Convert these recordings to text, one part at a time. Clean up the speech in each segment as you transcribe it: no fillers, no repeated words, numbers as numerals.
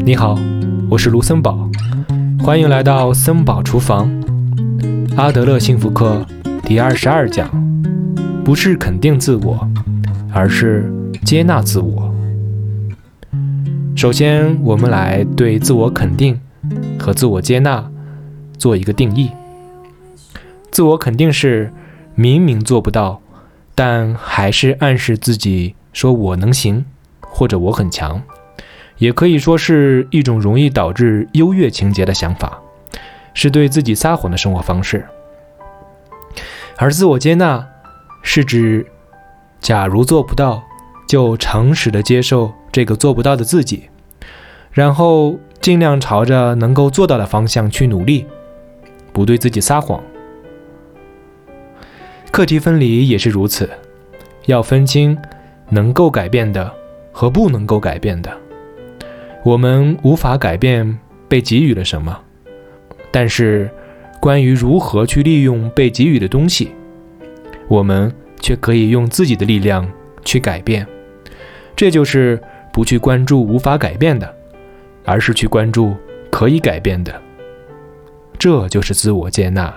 你好，我是卢森堡，欢迎来到森堡厨房。阿德勒幸福课第22讲，不是肯定自我，而是接纳自我。首先，我们来对自我肯定和自我接纳做一个定义。自我肯定是明明做不到，但还是暗示自己说我能行，或者我很强，也可以说是一种容易导致优越情节的想法，是对自己撒谎的生活方式。而自我接纳是指假如做不到，就诚实地接受这个做不到的自己，然后尽量朝着能够做到的方向去努力，不对自己撒谎。课题分离也是如此，要分清能够改变的和不能够改变的。我们无法改变被给予了什么，但是关于如何去利用被给予的东西，我们却可以用自己的力量去改变。这就是不去关注无法改变的，而是去关注可以改变的。这就是自我接纳。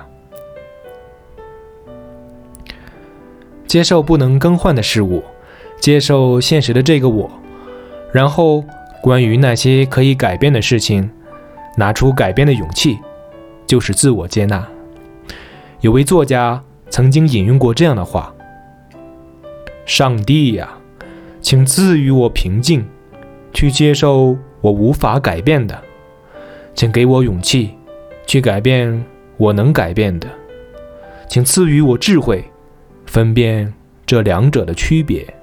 接受不能更换的事物，接受现实的这个我，然后关于那些可以改变的事情，拿出改变的勇气，就是自我接纳。有位作家曾经引用过这样的话：上帝呀，请赐予我平静，去接受我无法改变的，请给我勇气，去改变我能改变的，请赐予我智慧，分辨这两者的区别。